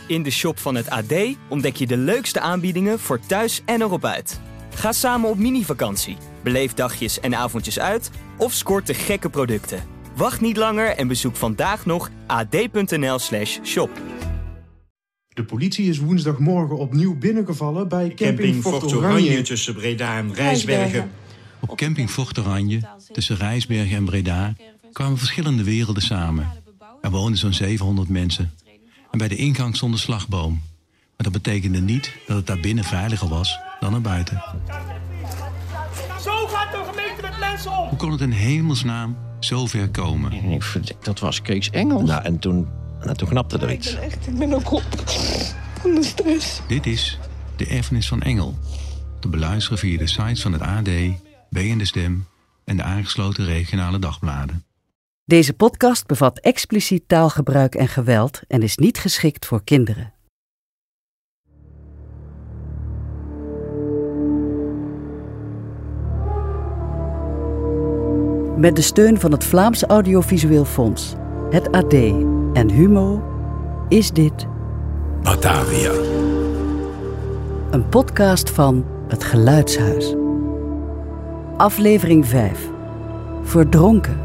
In de shop van het AD ontdek je de leukste aanbiedingen voor thuis en erop uit. Ga samen op mini-vakantie, beleef dagjes en avondjes uit of scoort de gekke producten. Wacht niet langer en bezoek vandaag nog ad.nl/shop. De politie is woensdagmorgen opnieuw binnengevallen bij camping Fort Oranje tussen Breda en Rijsbergen. Op camping Fort Oranje, tussen Rijsbergen en Breda, kwamen verschillende werelden samen. Er woonden zo'n 700 mensen. En bij de ingang stond een slagboom. Maar dat betekende niet dat het daar binnen veiliger was dan er buiten. Zo gaat de gemeente met mensen om! Hoe kon het in hemelsnaam zo ver komen? Dat was Kees Engels. Nou, en toen knapte er iets. Ik ben ook op van de stress. Dit is De Erfenis van Engel. Te beluisteren via de sites van het AD, B en de Stem en de aangesloten regionale dagbladen. Deze podcast bevat expliciet taalgebruik en geweld en is niet geschikt voor kinderen. Met de steun van het Vlaams Audiovisueel Fonds, het AD en Humo is dit Batavia. een podcast van Het Geluidshuis. Aflevering 5. Verdronken.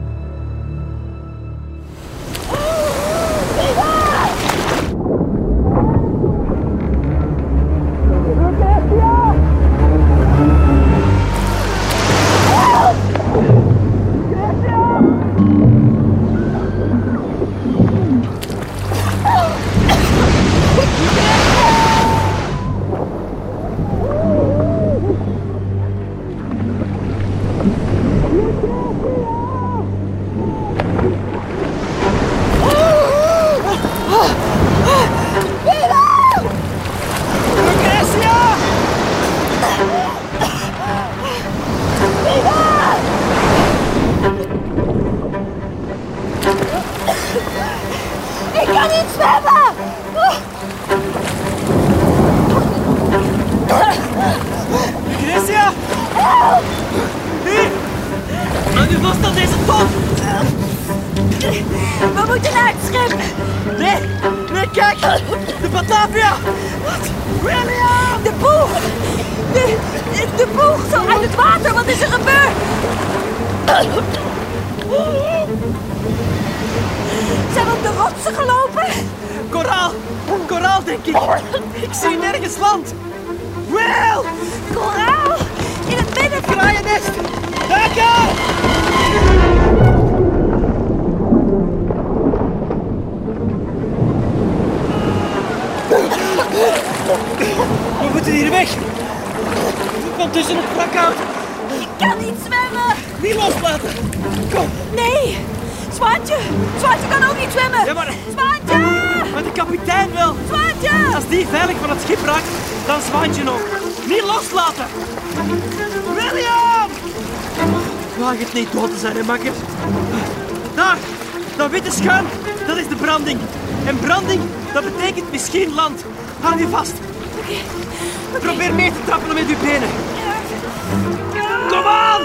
Ik kan niet zwemmen! Christia! Help! Hier! Houd u vast aan deze top! We moeten naar het schip! Nee, kijk! De Batavia! Wat? William! De boeg! De boeg zo uit het water! Wat is er gebeurd? Zijn we op de rotsen gelopen? Koraal denk ik! Ik zie nergens land! Will! Koraal! In het midden van... Kraaiennest! Daar! We moeten hier weg! Van tussen het wrakhout! Ik kan niet zwemmen! Niet loslaten! Kom! Nee! Zwaantje! Zwaantje kan ook niet zwemmen! Ja, maar Zwaantje! de kapitein wel! Zwaantje! Als die veilig van het schip raakt, dan Zwaantje ook. Niet loslaten! William! Waag het niet dood te zijn, hè, makker. Daar! Dat witte schuim, dat is de branding. En branding, dat betekent misschien land. Hou je vast. Oké. Probeer mee te trappelen met uw benen. Kom aan!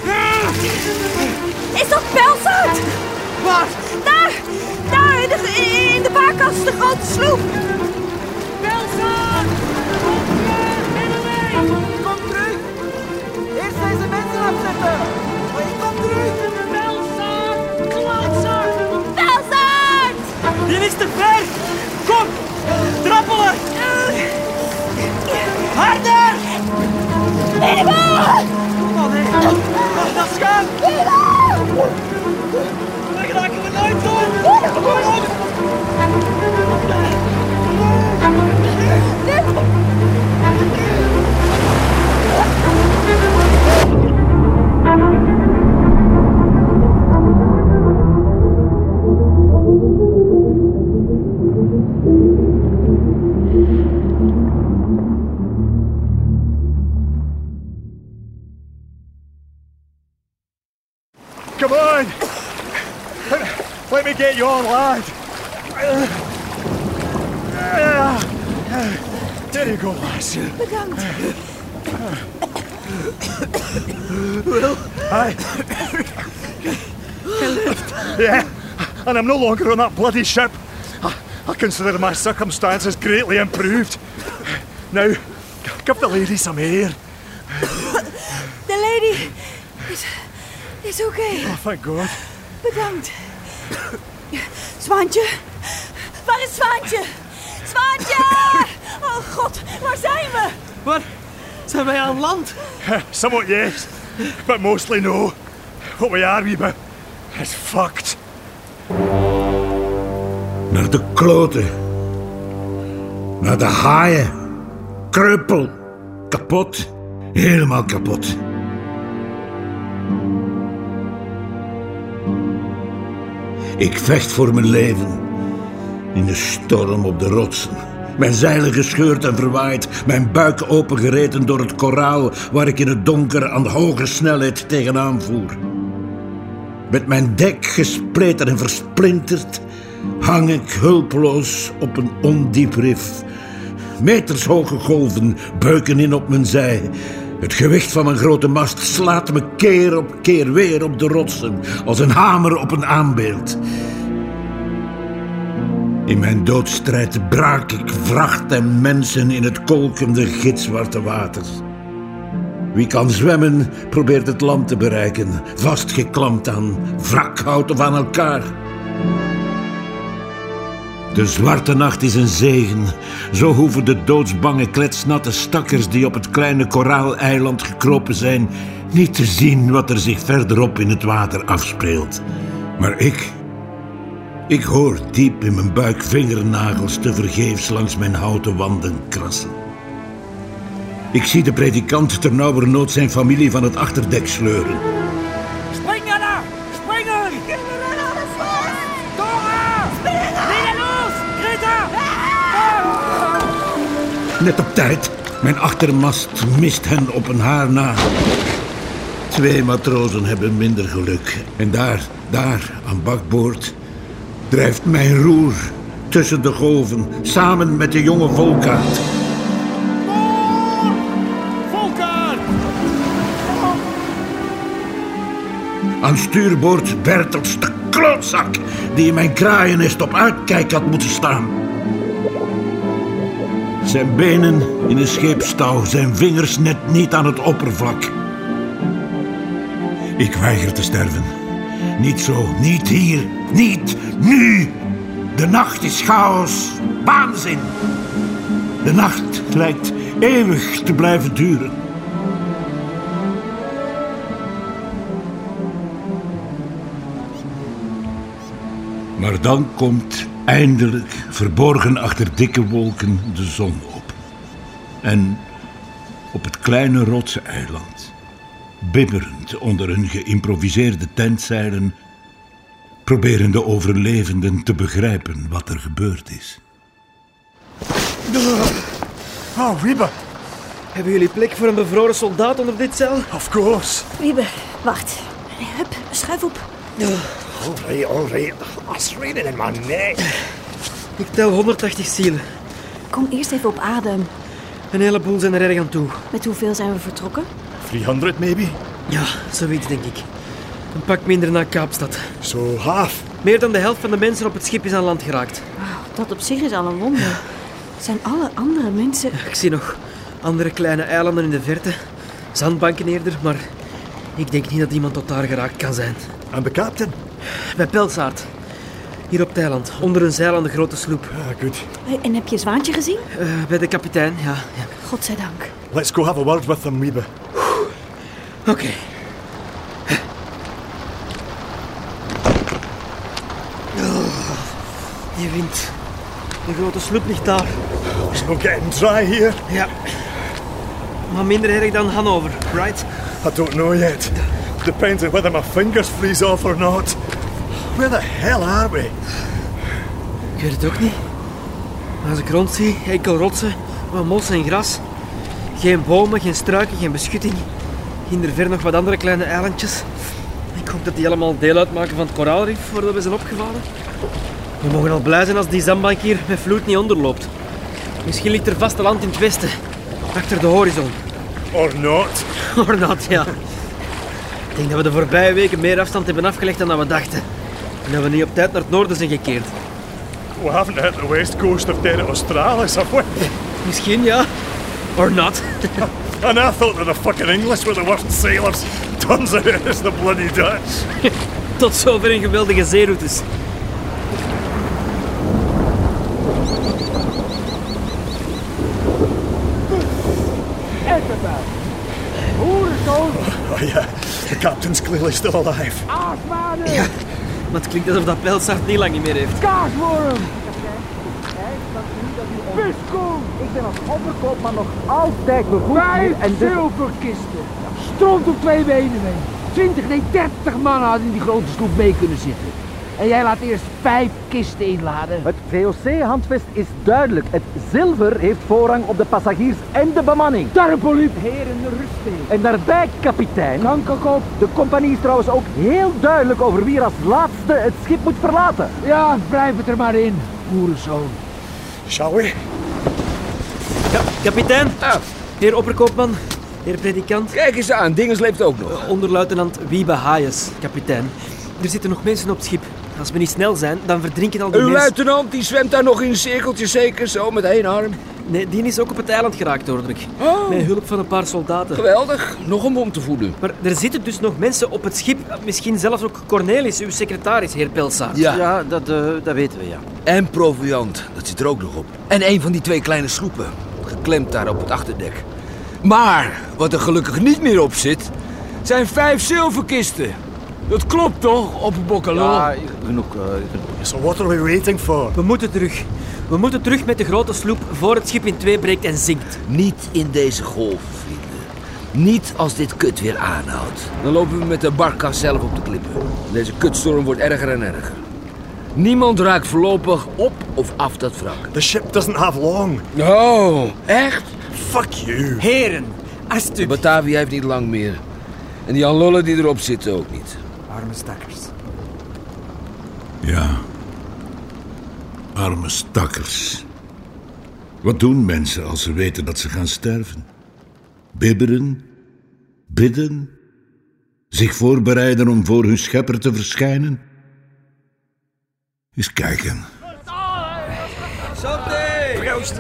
Is dat pelshout? Waar? Daar! Daar, in de baarkast, de grote sloep! Belson! Kom terug! Binnenweg! Kom terug! Eerst deze mensen afzetten! Kom terug! Belson! Klootzak! Pelshout! Dit is te ver! Kom! Trappelen! Harder! Binnenweg! Oh nee! Dat schuim! Dat raken we nooit door! Kom op! Come on! Let me get you on, lad. There you go, lass. Bedankt. Will? Aye. Yeah, and I'm no longer on that bloody ship. I consider my circumstances greatly improved. Now, give the lady some air. The lady is oké. Oh, thank God. Bedankt. Zwaantje? Waar is Zwaantje? Zwaantje! Oh God, waar zijn we? Waar? Zijn wij aan land? Somewhat yes, but mostly no. What we are, Wiebe, is fucked. Naar de kloten. Naar de haaien. Kreupel. Kapot. Helemaal kapot. Ik vecht voor mijn leven. In de storm op de rotsen. Mijn zeilen gescheurd en verwaaid. Mijn buik opengereten door het koraal waar ik in het donker aan hoge snelheid tegenaan voer. Met mijn dek gespleten en versplinterd hang ik hulpeloos op een ondiep rif. Metershoge golven beuken in op mijn zij. Het gewicht van mijn grote mast slaat me keer op keer weer op de rotsen, als een hamer op een aanbeeld. In mijn doodstrijd braak ik vracht en mensen in het kolkende gitzwarte water. Wie kan zwemmen, probeert het land te bereiken, vastgeklampt aan wrakhout of aan elkaar. De zwarte nacht is een zegen. Zo hoeven de doodsbange kletsnatte stakkers die op het kleine koraaleiland gekropen zijn niet te zien wat er zich verderop in het water afspeelt. Maar ik hoor diep in mijn buik vingernagels tevergeefs langs mijn houten wanden krassen. Ik zie de predikant ternauwernood zijn familie van het achterdek sleuren. Spring, Anna! Springen! Dora! Springen los! Greta! Net op tijd. Mijn achtermast mist hen op een haar na. 2 matrozen hebben minder geluk. En daar, aan bakboord, drijft mijn roer tussen de golven, samen met de jonge Volkaert. Aan stuurboord Bertels, de klootzak die in mijn kraaiennest op uitkijk had moeten staan. Zijn benen in een scheepstouw, zijn vingers net niet aan het oppervlak. Ik weiger te sterven. Niet zo, niet hier, niet nu. De nacht is chaos, waanzin. De nacht lijkt eeuwig te blijven duren. Maar dan komt eindelijk, verborgen achter dikke wolken, de zon op. En op het kleine rotseiland, bibberend onder hun geïmproviseerde tentzeilen, proberen de overlevenden te begrijpen wat er gebeurd is. Oh, Wiebe. Hebben jullie plek voor een bevroren soldaat onder dit zeil? Of course. Wiebe, wacht. Hup, schuif op. All right. That's raining in my neck. Ik tel 180 zielen. Kom eerst even op adem. Een heleboel zijn er erg aan toe. Met hoeveel zijn we vertrokken? 300 maybe? Ja, zoiets denk ik. Een pak minder naar Kaapstad. So half. Meer dan de helft van de mensen op het schip is aan land geraakt. Wow, dat op zich is al een wonder. Zijn alle andere mensen... Ik zie nog andere kleine eilanden in de verte. Zandbanken eerder, maar ik denk niet dat iemand tot daar geraakt kan zijn. En de captain? Bij Pelsaard. Hier op het eiland, onder een zeil aan de grote sloep. Goed. Hey, en heb je Zwaantje gezien? Bij de kapitein, ja. Godzijdank. Let's go have a word with them, Wiebe. Oké. Die wind. De grote sloep ligt daar. It's not getting dry here. Ja. Maar minder erg dan Hannover, right? I don't know yet. Depends on whether my fingers freeze off or not. Where the hell are we? Ik weet het ook niet. Maar als ik rondzie, enkel rotsen, wat mos en gras. Geen bomen, geen struiken, geen beschutting. Hinder ver nog wat andere kleine eilandjes. Ik hoop dat die allemaal deel uitmaken van het koraalrif waar we zijn opgevallen. We mogen al blij zijn als die zandbank hier met vloed niet onderloopt. Misschien ligt er vasteland in het westen, achter de horizon. Or not. Or not, ja. Ik denk dat we de voorbije weken meer afstand hebben afgelegd dan dat we dachten. En dat we niet op tijd naar het noorden zijn gekeerd. We haven't hit the west coast of Terra Australis, have we? Misschien ja. Or not. And I thought that the fucking English were the worst sailors. Turns out it's the bloody Dutch. Tot zover een geweldige zeeroutes. Oh yeah, the captain's clearly still alive. Ja, maar het klinkt alsof dat Pelsaert niet lang meer heeft. Kaasworm! Viskoen! Ik ben als opperkoopman nog altijd bevoegd. 5 zilverkisten. Stront op 2 benen mee. 20, nee 30 man hadden in die grote sloep mee kunnen zitten. En jij laat eerst 5 kisten inladen. Het VOC-handvest is duidelijk. Het zilver heeft voorrang op de passagiers en de bemanning. Darpoliep, heren, rustig. En daarbij, kapitein. Kankerkop. De compagnie is trouwens ook heel duidelijk over wie er als laatste het schip moet verlaten. Ja, blijf het er maar in, boerenzoon. Shall we? Kapitein, heer opperkoopman, heer predikant. Kijk eens aan, Dinges leeft ook nog. Onderluitenant Wiebe Hayes, kapitein. Er zitten nog mensen op het schip. Als we niet snel zijn, dan verdrinken al die mensen. Uw luitenant, die zwemt daar nog in een cirkeltje zeker, zo met 1 arm? Nee, die is ook op het eiland geraakt, hoorde ik. Oh. Met hulp van een paar soldaten. Geweldig, nog een mond te voeden. Maar er zitten dus nog mensen op het schip. Misschien zelfs ook Cornelis, uw secretaris, heer Pelsaert. Ja, dat weten we, ja. En proviand, dat zit er ook nog op. En een van die 2 kleine sloepen, geklemd daar op het achterdek. Maar, wat er gelukkig niet meer op zit, zijn 5 zilverkisten. Dat klopt toch, opperbokkelul? Ja, genoeg. So what are we waiting for? We moeten terug. We moeten terug met de grote sloep voor het schip in 2 breekt en zinkt. Niet in deze golven, vrienden. Niet als dit kut weer aanhoudt. Dan lopen we met de barkas zelf op de klippen. Deze kutstorm wordt erger en erger. Niemand raakt voorlopig op of af dat wrak. The ship doesn't have long. Oh, echt? Fuck you. Heren, alsjeblieft. Batavia heeft niet lang meer. En die Lullen die erop zitten ook niet. Arme stakkers. Ja. Arme stakkers. Wat doen mensen als ze weten dat ze gaan sterven? Bibberen? Bidden? Zich voorbereiden om voor hun schepper te verschijnen? Eens kijken. Santé! Proost!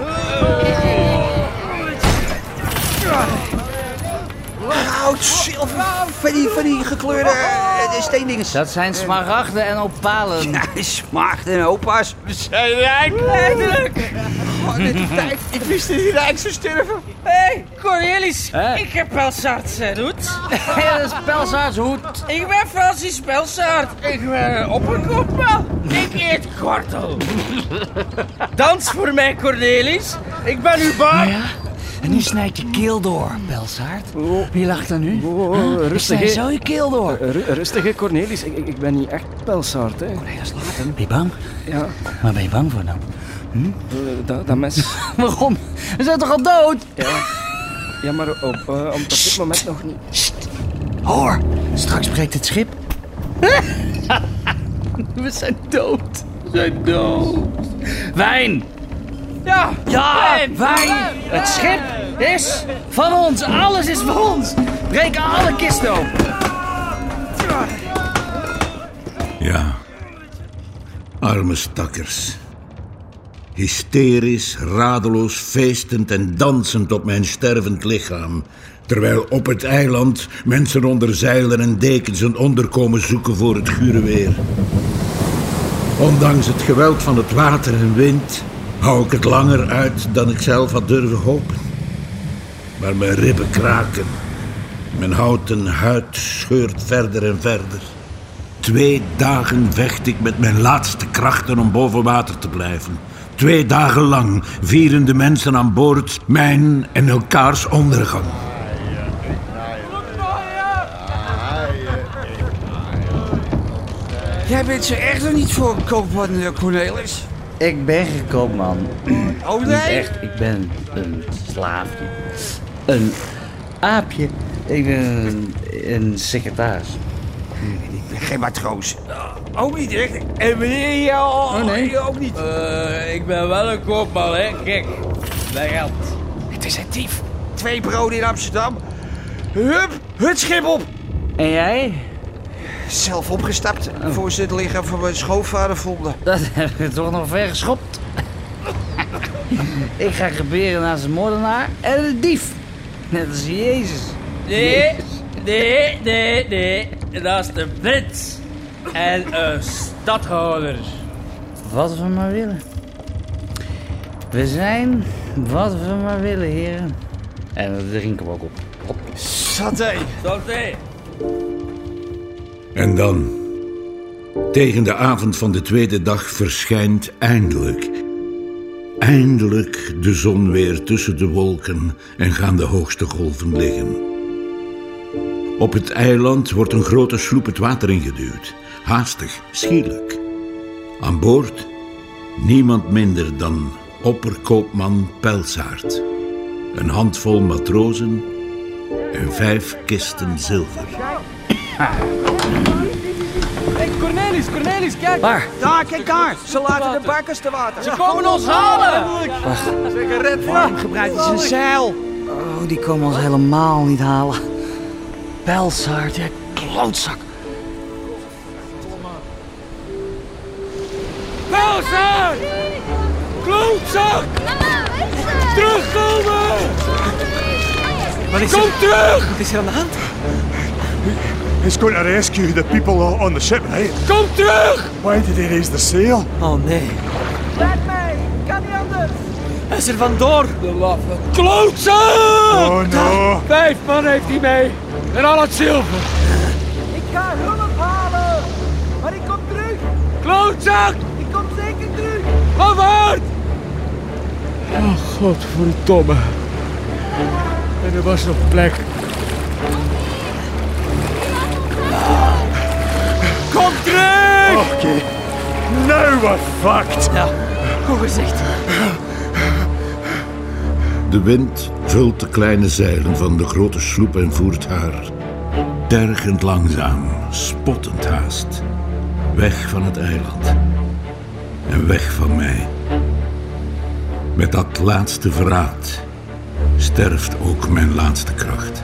Goud, zilver, van die gekleurde steendinges. Dat zijn smaragden en opalen. Ja, smaragden en opa's. We zijn rijk, eindelijk! Oh, net op tijd. Ik wist dat hij rijk zou sterven. Hé, Cornelis. Ik heb Pelsaert zijn hoed. Ja, dat is Pelsaerts hoed. Ik ben Francis Pelsaert. Ik ben opperkoopman. Ik eet kwartel. Dans voor mij, Cornelis. Ik ben uw baas. Ja. En nu snijdt je keel door, Pelsaert. Wie lacht er nu? Rustig, snijdt zo je keel door. Rustig, hè, Cornelis. Ik ben niet echt Pelsaert, hè. Cornelis, laat hem. Ben je bang? Ja. Waar ben je bang voor dan? Dat mes. Waarom? We zijn toch al dood? Ja, maar op dit moment nog niet. Sst. Hoor, straks breekt het schip. We zijn dood. We zijn dood. Wijn! Ja, wijn! Het schip is van ons. Alles is van ons. Breek alle kisten op. Ja. Arme stakkers. Hysterisch, radeloos, feestend en dansend op mijn stervend lichaam. Terwijl op het eiland mensen onder zeilen en dekens een onderkomen zoeken voor het gure weer. Ondanks het geweld van het water en wind hou ik het langer uit dan ik zelf had durven hopen. Maar mijn ribben kraken. Mijn houten huid scheurt verder en verder. 2 dagen vecht ik met mijn laatste krachten om boven water te blijven. 2 dagen lang vieren de mensen aan boord mijn en elkaars ondergang. Jij bent zo echt nog niet voor een koopman, Cornelis? Ik ben geen koopman. Oh nee? Niet echt, ik ben een slaafje. Een aapje. Ik ben een secretaris. Ik ben geen matroos. Ook niet echt. En meneer jou nee. ook niet. Ik ben wel een koopman, hè. Kijk, bij geld. Het is een dief. 2 broden in Amsterdam. Hup, het schip op. En jij? zelf opgestapt voor ze het lichaam van mijn schoonvader vonden. Dat heb je toch nog ver geschopt? Ik ga geberen naast een moordenaar en een dief. Net als Jezus. Nee. Dat is de prins. En een stadhouder. Wat we maar willen. We zijn wat we maar willen, heren. En dat drinken we ook op. Saté. En dan, tegen de avond van de tweede dag, verschijnt eindelijk de zon weer tussen de wolken en gaan de hoogste golven liggen. Op het eiland wordt een grote sloep het water ingeduwd. Haastig, schielijk. Aan boord niemand minder dan opperkoopman Pelsaert. Een handvol matrozen en 5 kisten zilver. Hey, Cornelis, kijk! Waar? Daar, kijk daar! Ze laten de bakkers te water. Ze komen ons halen! Wacht. Zeker red voor hem gebruikt is een zeil. Oh, die komen ons helemaal niet halen. Pelsaert, jij klootzak. Pelsaert! Klootzak! Terugkomen! Kom terug! Wat is er aan de hand? He's going to rescue the people on the ship, right? Kom terug! Why did he raise the sail? Oh nee. Laat mij! Kan niet anders! Hij is er vandoor. De laffe klootzak! Oh no! 5 man heeft hij mee. En al het zilver. Ik ga hulp halen! Maar ik kom terug! Klootzak! Ik kom zeker terug! Afwaard! Oh, godverdomme. En er was nog plek. Kom terug! Okay. Now we're fucked! Ja, goed gezegd. De wind vult de kleine zeilen van de grote sloep en voert haar tergend langzaam, spottend haast, weg van het eiland en weg van mij. Met dat laatste verraad sterft ook mijn laatste kracht.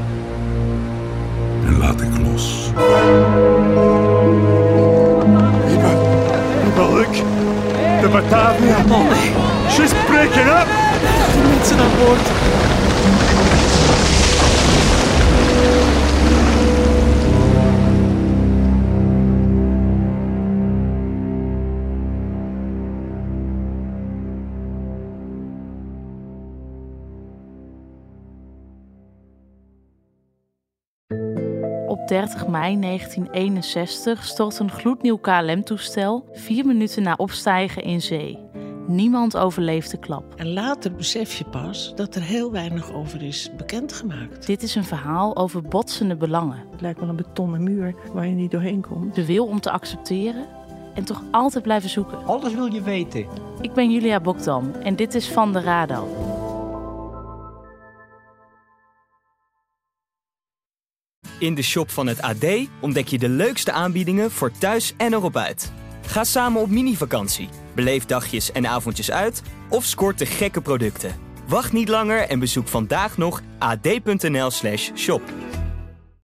En laat ik los. Look, the Batavia. Oh nee. She's breaking up. De mensen aan boord. Op 30 mei 1961 stort een gloednieuw KLM-toestel 4 minuten na opstijgen in zee. Niemand overleeft de klap. En later besef je pas dat er heel weinig over is bekendgemaakt. Dit is een verhaal over botsende belangen. Het lijkt wel een betonnen muur waar je niet doorheen komt. De wil om te accepteren en toch altijd blijven zoeken. Alles wil je weten. Ik ben Julia Bokdam en dit is Van de Radar. In de shop van het AD ontdek je de leukste aanbiedingen voor thuis en erop uit. Ga samen op mini-vakantie, beleef dagjes en avondjes uit of scoort de gekke producten. Wacht niet langer en bezoek vandaag nog ad.nl/shop.